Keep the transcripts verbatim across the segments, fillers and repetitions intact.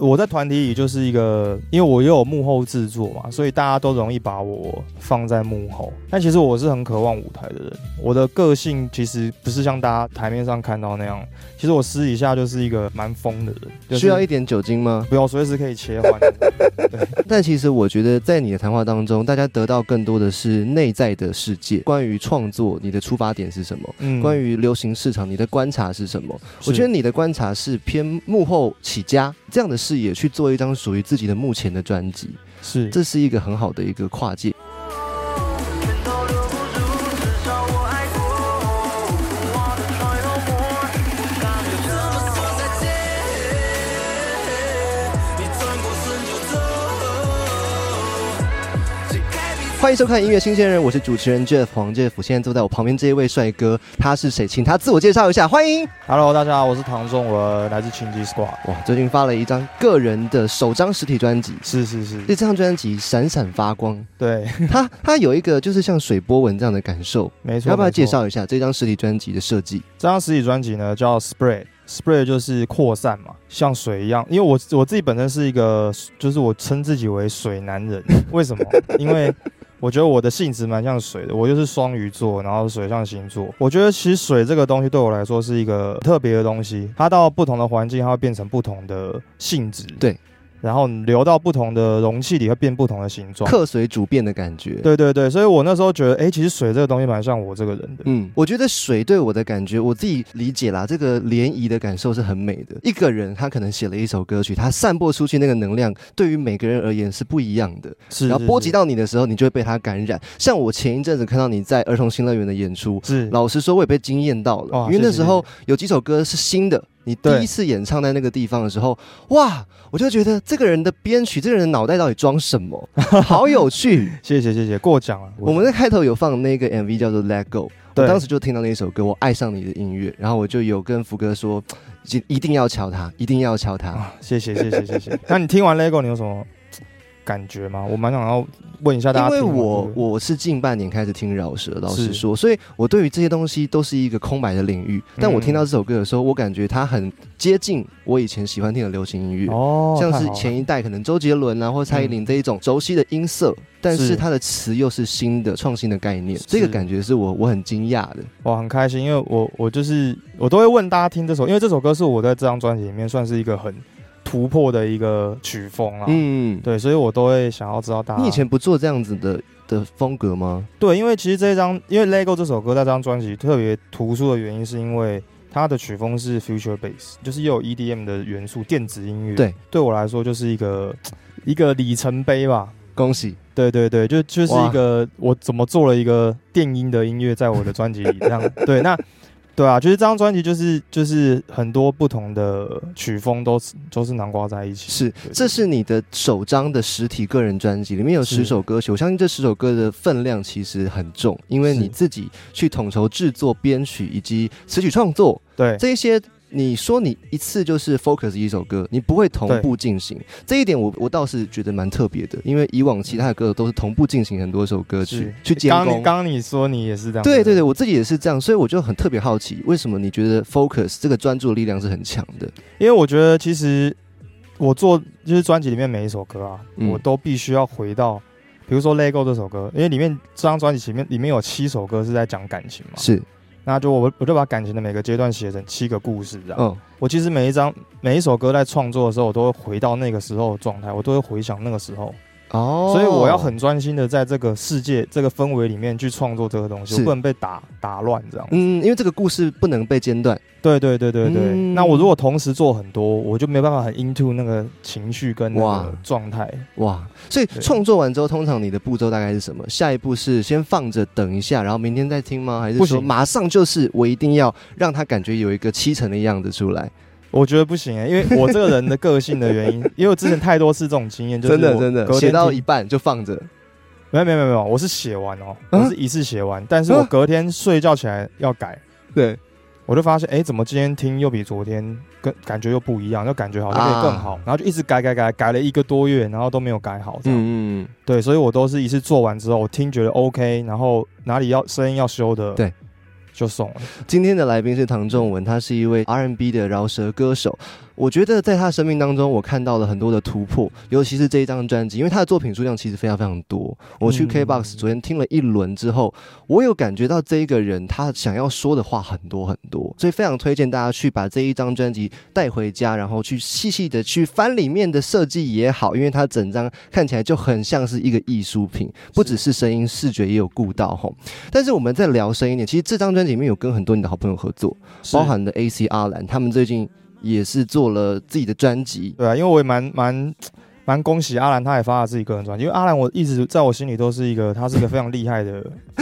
我在团体里就是一个，因为我又有幕后制作嘛，所以大家都容易把我放在幕后。但其实我是很渴望舞台的人，我的个性其实不是像大家台面上看到那样，其实我私底下就是一个蛮疯的人、就是。 需要一点酒精吗？ 不用，随时可以切换。对。 但其实我觉得在你的谈话当中，大家得到更多的是内在的世界，关于创作你的出发点是什么、嗯、关于流行市场你的观察是什么。我觉得你的观察是偏幕后起家这样的视野去做一张属于自己的目前的专辑， 是， 这是一个很好的一个跨界。欢迎收看音乐新鲜人，我是主持人 Jeff 黄 Jeff。现在坐在我旁边这一位帅哥，他是谁？请他自我介绍一下。欢迎 ，Hello， 大家好，我是唐仲文，来自青基 Squad。 哇，最近发了一张个人的首张实体专辑， 是是是， 这张专辑闪闪发光。 对， 它它有一个就是像水波纹这样的感受， 没错。 要不要介绍一下这张实体专辑的设计？ 这张实体专辑呢叫 Spread。Spray 就是扩散嘛，像水一样。因为我我自己本身是一个，就是我称自己为水男人。为什么？因为我觉得我的性质蛮像水的，我就是双鱼座，然后水象星座。我觉得其实水这个东西对我来说是一个特别的东西，它到不同的环境，它会变成不同的性质。 对。 然后流到不同的容器里会变不同的形状， 客随主变的感觉。 对对对，所以我那时候觉得，哎，其实水这个东西蛮像我这个人的。 嗯，我觉得水对我的感觉，我自己理解啦，这个涟漪的感受是很美的。一个人他可能写了一首歌曲，他散播出去那个能量，对于每个人而言是不一样的。 是， 然后波及到你的时候，你就会被他感染。像我前一阵子看到你在儿童新乐园的演出， 是， 老实说，我也被惊艳到了，因为那时候有几首歌是新的。你第一次演唱在那个地方的时候，哇，我就觉得这个人的编曲，这个人的脑袋到底装什么，好有趣。 谢谢谢谢，过奖了。 我们在开头有放那个 M V 叫做 Let Go， 我当时就听到那首歌，我爱上你的音乐，然后我就有跟福哥说，一定要敲他，一定要敲他。 啊、谢谢谢谢谢谢。那你听完 Let Go 你有什么感觉吗？我蛮想要问一下大家听。 因为我我是近半年开始听饶舌，老实说，所以我对于这些东西都是一个空白的领域。但我听到这首歌的时候，我感觉它很接近我以前喜欢听的流行音乐，哦，像是前一代可能周杰伦啊或蔡依林这一种熟悉的音色，嗯、但是它的词又是新的创新的概念，这个感觉是我我很惊讶的。 我很开心，因为我我就是我都会问大家听这首，因为这首歌是我在这张专辑里面算是一个很突破的一个曲风啊，嗯，对，所以我都会想要知道大家。 你以前不做这样子的的风格吗？ 对，因为其实这一张，因为 Lego 这首歌在这张专辑特别突出的原因，是因为它的曲风是 future bass， 就是又有 E D M 的元素，电子音乐。 对， 对我来说就是一个一个里程碑吧。 恭喜！ 对对对，就就是一个我怎么做了一个电音的音乐在我的专辑里，这样对那。对啊，就是这张专辑就是就是很多不同的曲风都都是囊括在一起。 是，这是你的首张的实体个人专辑，里面有十首歌曲，我相信这十首歌的分量其实很重，因为你自己去统筹制作、编曲以及词曲创作， 对这一些。你说你一次就是 focus 一首歌，你不会同步进行，这一点我我倒是觉得蛮特别的，因为以往其他的歌都是同步进行很多首歌曲去监工。 刚刚你说你也是这样， 对对对，我自己也是这样，所以我就很特别好奇，为什么你觉得 focus 这个专注的力量是很强的？ 因为我觉得其实我做就是专辑里面每一首歌啊，嗯、我都必须要回到，比如说 Lego 这首歌，因为里面这张专辑里面里面有七首歌是在讲感情嘛， 是。 那就我我就把感情的每个阶段写成七个故事，这样。 嗯， 我其实每一张每一首歌在创作的时候，我都会回到那个时候的状态，我都会回想那个时候。哦，所以我要很专心的在这个世界、这个氛围里面去创作这个东西，我不能被打打乱这样。 嗯，因为这个故事不能被间断。 对对对对对。嗯、那我如果同时做很多，我就没办法很 into 那个情绪跟那个状态。 哇！所以创作完之后，通常你的步骤大概是什么？下一步是先放着等一下，然后明天再听吗？还是说马上就是我一定要让他感觉有一个七成的样子出来？ 我觉得不行、欸、因为我这个人的个性的原因，因为我之前太多次这种经验，就是真的真的写到一半就放着， 没有没有没有，我是写完哦、喔，我是一次写完，但是我隔天睡觉起来要改， 对， 我就发现，哎、欸，怎么今天听又比昨天跟感觉又不一样，就感觉好像可以更好，啊、然后就一直改改改，改了一个多月，然后都没有改好，这样，嗯嗯，对，所以我都是一次做完之后，我听觉得 OK， 然后哪里要声音要修的， 对。 就送了。 今天的来宾是唐仲文，他是一位 R and B 的饶舌歌手。 我觉得在他生命当中，我看到了很多的突破，尤其是这一张专辑，因为他的作品数量其实非常非常多。我去 K B O X 昨天听了一轮之后，我有感觉到这一个人他想要说的话很多很多，所以非常推荐大家去把这一张专辑带回家，然后去细细的去翻里面的设计也好，因为它整张看起来就很像是一个艺术品，不只是声音，视觉也有顾到吼。但是我们在聊深一点，其实这张专辑里面有跟很多你的好朋友合作，包含了 A C 阿兰，他们最近也是做了自己的专辑。 对啊，因为我也蛮蛮蛮恭喜阿兰，他也发了自己个人专辑。因为阿兰我一直在我心里都是一个，他是一个非常厉害的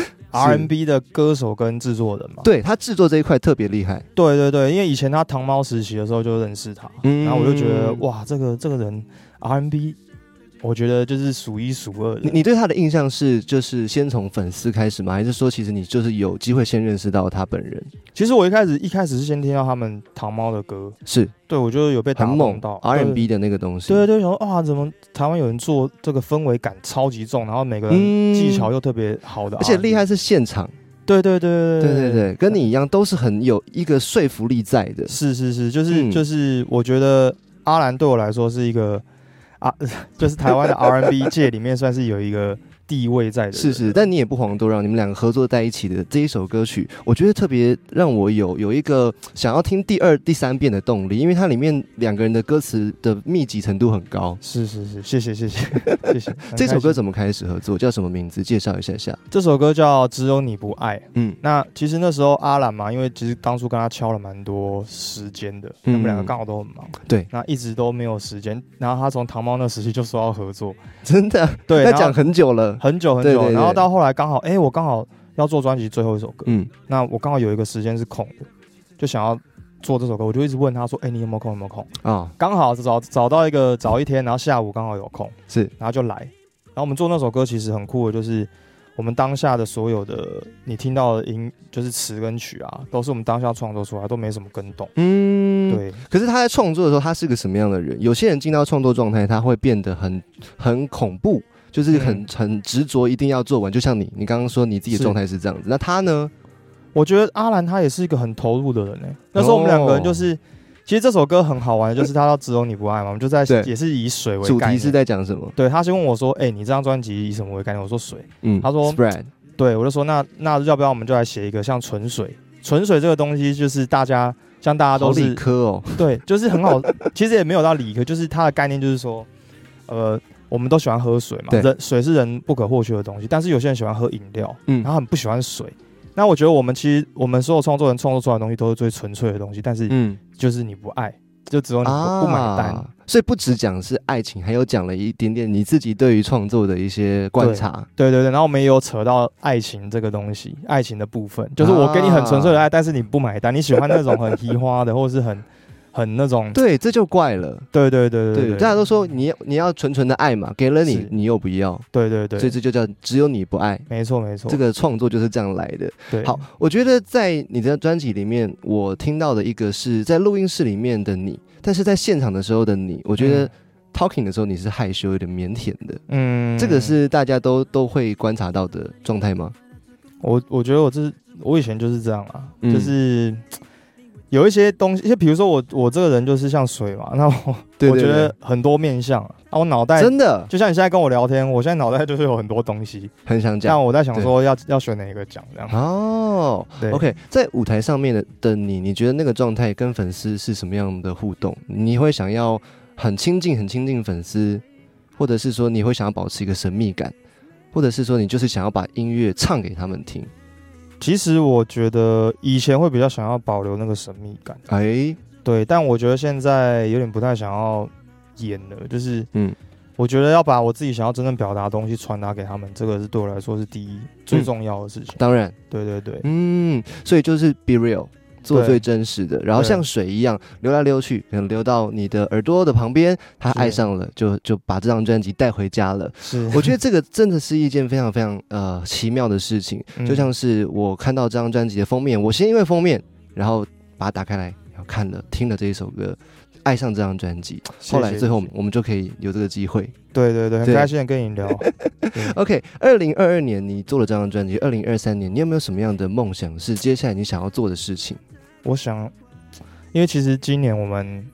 R and B 的歌手跟制作人嘛。 对，他制作这一块特别厉害。 对对对，因为以前他糖猫时期的时候就认识他，嗯、然后我就觉得哇，这个这个人 R and B。我觉得就是数一数二的。 你你对他的印象是就是先从粉丝开始吗？还是说其实你就是有机会先认识到他本人？ 其实我一开始一开始是先听到他们糖猫的歌， 是对我就有被打动到 R and B 的那个东西。 对对对，想说哇，怎么台湾有人做这个氛围感超级重，然后每个人技巧又特别好的 R and B， 而且厉害是现场。 对对对对对对，跟你一样都是很有一个说服力在的。 是是是，就是、嗯、就是我觉得阿兰对我来说是一个。啊，就是台湾的 R and B 界里面算是有一个地位在的， 是是，但你也不遑多让，你们两个合作在一起的这一首歌曲，我觉得特别让我有有一个想要听第二、第三遍的动力，因为它里面两个人的歌词的密集程度很高。 是是是，谢谢谢谢谢谢。 这首歌怎么开始合作？叫什么名字？介绍一下下。 这首歌叫《只有你不爱》。嗯，那其实那时候阿兰嘛，因为其实当初跟他敲了蛮多时间的，他们两个刚好都很忙， 对， 那一直都没有时间。然后他从糖猫那时期就说要合作， 真的， 对， 要讲很久了。 很久很久，对对对，然后到后来刚好，哎、欸，我刚好要做专辑最后一首歌，嗯，那我刚好有一个时间是空的，就想要做这首歌，我就一直问他说，哎、欸，你有没有空？有没有空？啊，刚好找找到一个早一天，然后下午刚好有空， 是， 然后就来，然后我们做那首歌其实很酷的，就是我们当下的所有的你听到的音，就是词跟曲啊，都是我们当下创作出来，都没什么跟动，嗯，对。 可是他在创作的时候，他是个什么样的人？有些人进到创作状态，他会变得很很恐怖。就是很很执着，一定要做完。就像你，你刚刚说你自己的状态是这样子，那他呢？ 我觉得阿兰他也是一个很投入的人呢、欸。那时候我们两个人就是，哦、其实这首歌很好玩，就是他要只有你不爱嘛，我们就在也是以水为概念。 主题是在讲什么？ 对，他先问我说：“哎、欸，你这张专辑以什么为概念？”我说：“水。”嗯，他说 ：“Spread。” 对，我就说：“那那要不要我们就来写一个像纯水？纯水这个东西就是大家像大家都是好理科哦， 对，就是很好。其实也没有到理科，就是它的概念就是说，呃。”我们都喜欢喝水嘛，人水是人不可或缺的东西，但是有些人喜欢喝饮料，嗯，然后很不喜欢水。那我觉得我们其实我们所有创作人创作出来的东西都是最纯粹的东西，但是嗯，就是你不爱，就只有你不、啊、不买单。 所以不只讲是爱情，还有讲了一点点你自己对于创作的一些观察。 对对对，然后我们也有扯到爱情这个东西，爱情的部分，就是我给你很纯粹的爱，但是你不买单，你喜欢那种很嘻花的，或者是很。很那种， 对，这就怪了。 对对对 对, 对, 对， 大家都说你你要纯纯的爱嘛，给了你，你又不要。 对对对， 所以这就叫只有你不爱。 没错没错， 这个创作就是这样来的。 对， 好，我觉得在你的专辑里面，我听到的一个是在录音室里面的你，但是在现场的时候的你，我觉得 talking 的时候你是害羞、有点腼腆的。嗯，这个是大家都都会观察到的状态吗？ 我我觉得我这我以前就是这样啊，嗯、就是。有一些东西，就比如说我我这个人就是像水嘛，那我对对对我觉得很多面向啊，啊我脑袋真的就像你现在跟我聊天，我现在脑袋就是有很多东西， 很想讲。 但我在想说要要选哪一个讲这样。 哦，对 ，OK， 在舞台上面的的你，你觉得那个状态跟粉丝是什么样的互动？你会想要很亲近、很亲近粉丝，或者是说你会想要保持一个神秘感，或者是说你就是想要把音乐唱给他们听？ 其实我觉得以前会比较想要保留那个神秘感，哎、欸，对，但我觉得现在有点不太想要演了，就是嗯，我觉得要把我自己想要真正表达的东西传达给他们，这个是对我来说是第一、嗯、最重要的事情。 当然， 对对对， 嗯，所以就是 be real。做最真实的，然后像水一样流来流去，可能流到你的耳朵的旁边，他爱上了，就就把这张专辑带回家了。是，我觉得这个真的是一件非常非常呃奇妙的事情，嗯、就像是我看到这张专辑的封面，我先因为封面，然后把它打开来，然后看了听了这一首歌，爱上这张专辑，后来最后我们就可以有这个机会。 对对对，很开心的跟你聊。 OK， 二零二二年你做了这张专辑，二零二三年你有没有什么样的梦想是接下来你想要做的事情？ 我想，因为其实今年我们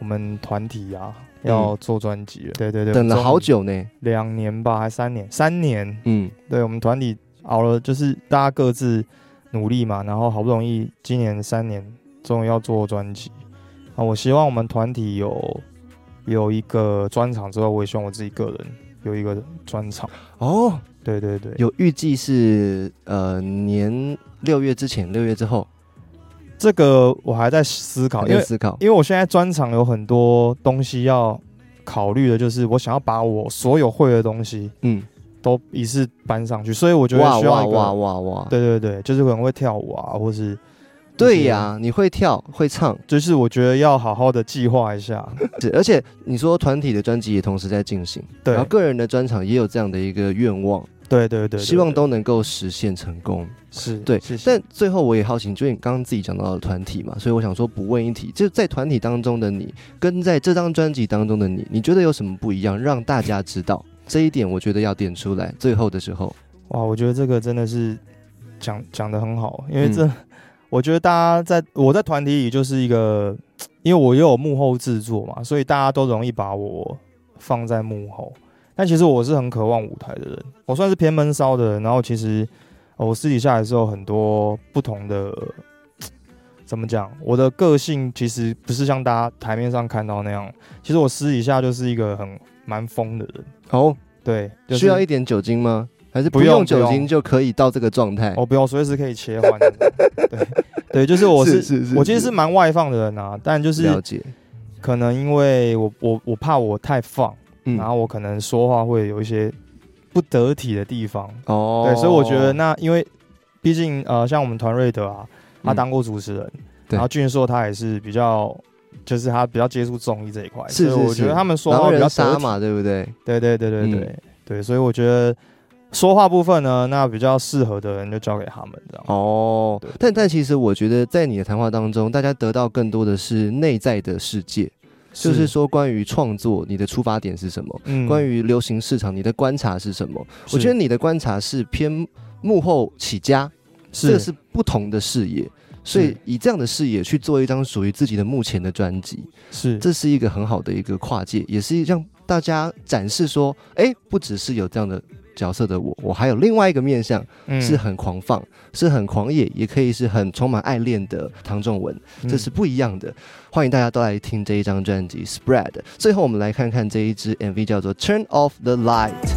我们团体啊要做专辑了、嗯，对对对， 等了好久呢， 两年吧，还三年，三年， 嗯， 对我们团体熬了，就是大家各自努力嘛，然后好不容易今年三年终于要做专辑啊，我希望我们团体有有一个专场之后，我也希望我自己个人有一个专场哦， 对对对， 有预计是呃年六月之前，六月之后。 这个我还在思考，因为思考， 因为我现在专场有很多东西要考虑的，就是我想要把我所有会的东西，嗯，都一次搬上去，所以我觉得需要一个哇哇哇哇， 对对对，就是可能会跳舞啊，或是对呀、啊，你会跳会唱， 就是我觉得要好好的计划一下。 是，而且你说团体的专辑也同时在进行， 对， 然后个人的专场也有这样的一个愿望。 对对 对, 对， 希望都能够实现成功。 是对， 谢谢。 但最后我也好奇，就你刚刚自己讲到的团体嘛，所以我想说不问一题，就在团体当中的你，跟在这张专辑当中的你，你觉得有什么不一样，让大家知道这一点？我觉得要点出来。最后的时候， 哇，我觉得这个真的是讲讲得很好，因为这、嗯、我觉得大家在我在团体里就是一个，因为我也有幕后制作嘛，所以大家都容易把我放在幕后。但其实我是很渴望舞台的人，我算是偏闷骚的人。然后其实、哦、我私底下也是有很多不同的，怎么讲？我的个性其实不是像大家台面上看到那样。其实我私底下就是一个很蛮疯的人。 哦， 对、就是， 需要一点酒精吗？还是不用酒精就可以到这个状态？ 哦，不用，随时可以切换。对对，就是我是, 是, 是, 是我其实是蛮外放的人啊，但就是了解， 可能因为我我我怕我太放。嗯、然后我可能说话会有一些不得体的地方哦，对，所以我觉得那因为毕竟呃，像我们团瑞德啊，他当过主持人，嗯、然后俊硕他也是比较，就是他比较接触综艺这一块， 是是是， 所以我觉得他们说话比较得体嘛，对不对？ 对对对对对、嗯、对，所以我觉得说话部分呢，那比较适合的人就交给他们这样。 哦，但但其实我觉得在你的谈话当中，大家得到更多的是内在的世界。就是说，关于创作，你的出发点是什么？嗯，关于流行市场，你的观察是什么？我觉得你的观察是偏幕后起家，这个是不同的视野，所以以这样的视野去做一张属于自己的目前的专辑， 是， 这是一个很好的一个跨界，也是让大家展示说，哎，不只是有这样的角色的我，我还有另外一个面向，嗯、是很狂放，是很狂野，也可以是很充满爱恋的唐仲文，这是不一样的。嗯、欢迎大家都来听这一张专辑《Spread》。最后我们来看看这一支 M V 叫做《Turn Off the Light》。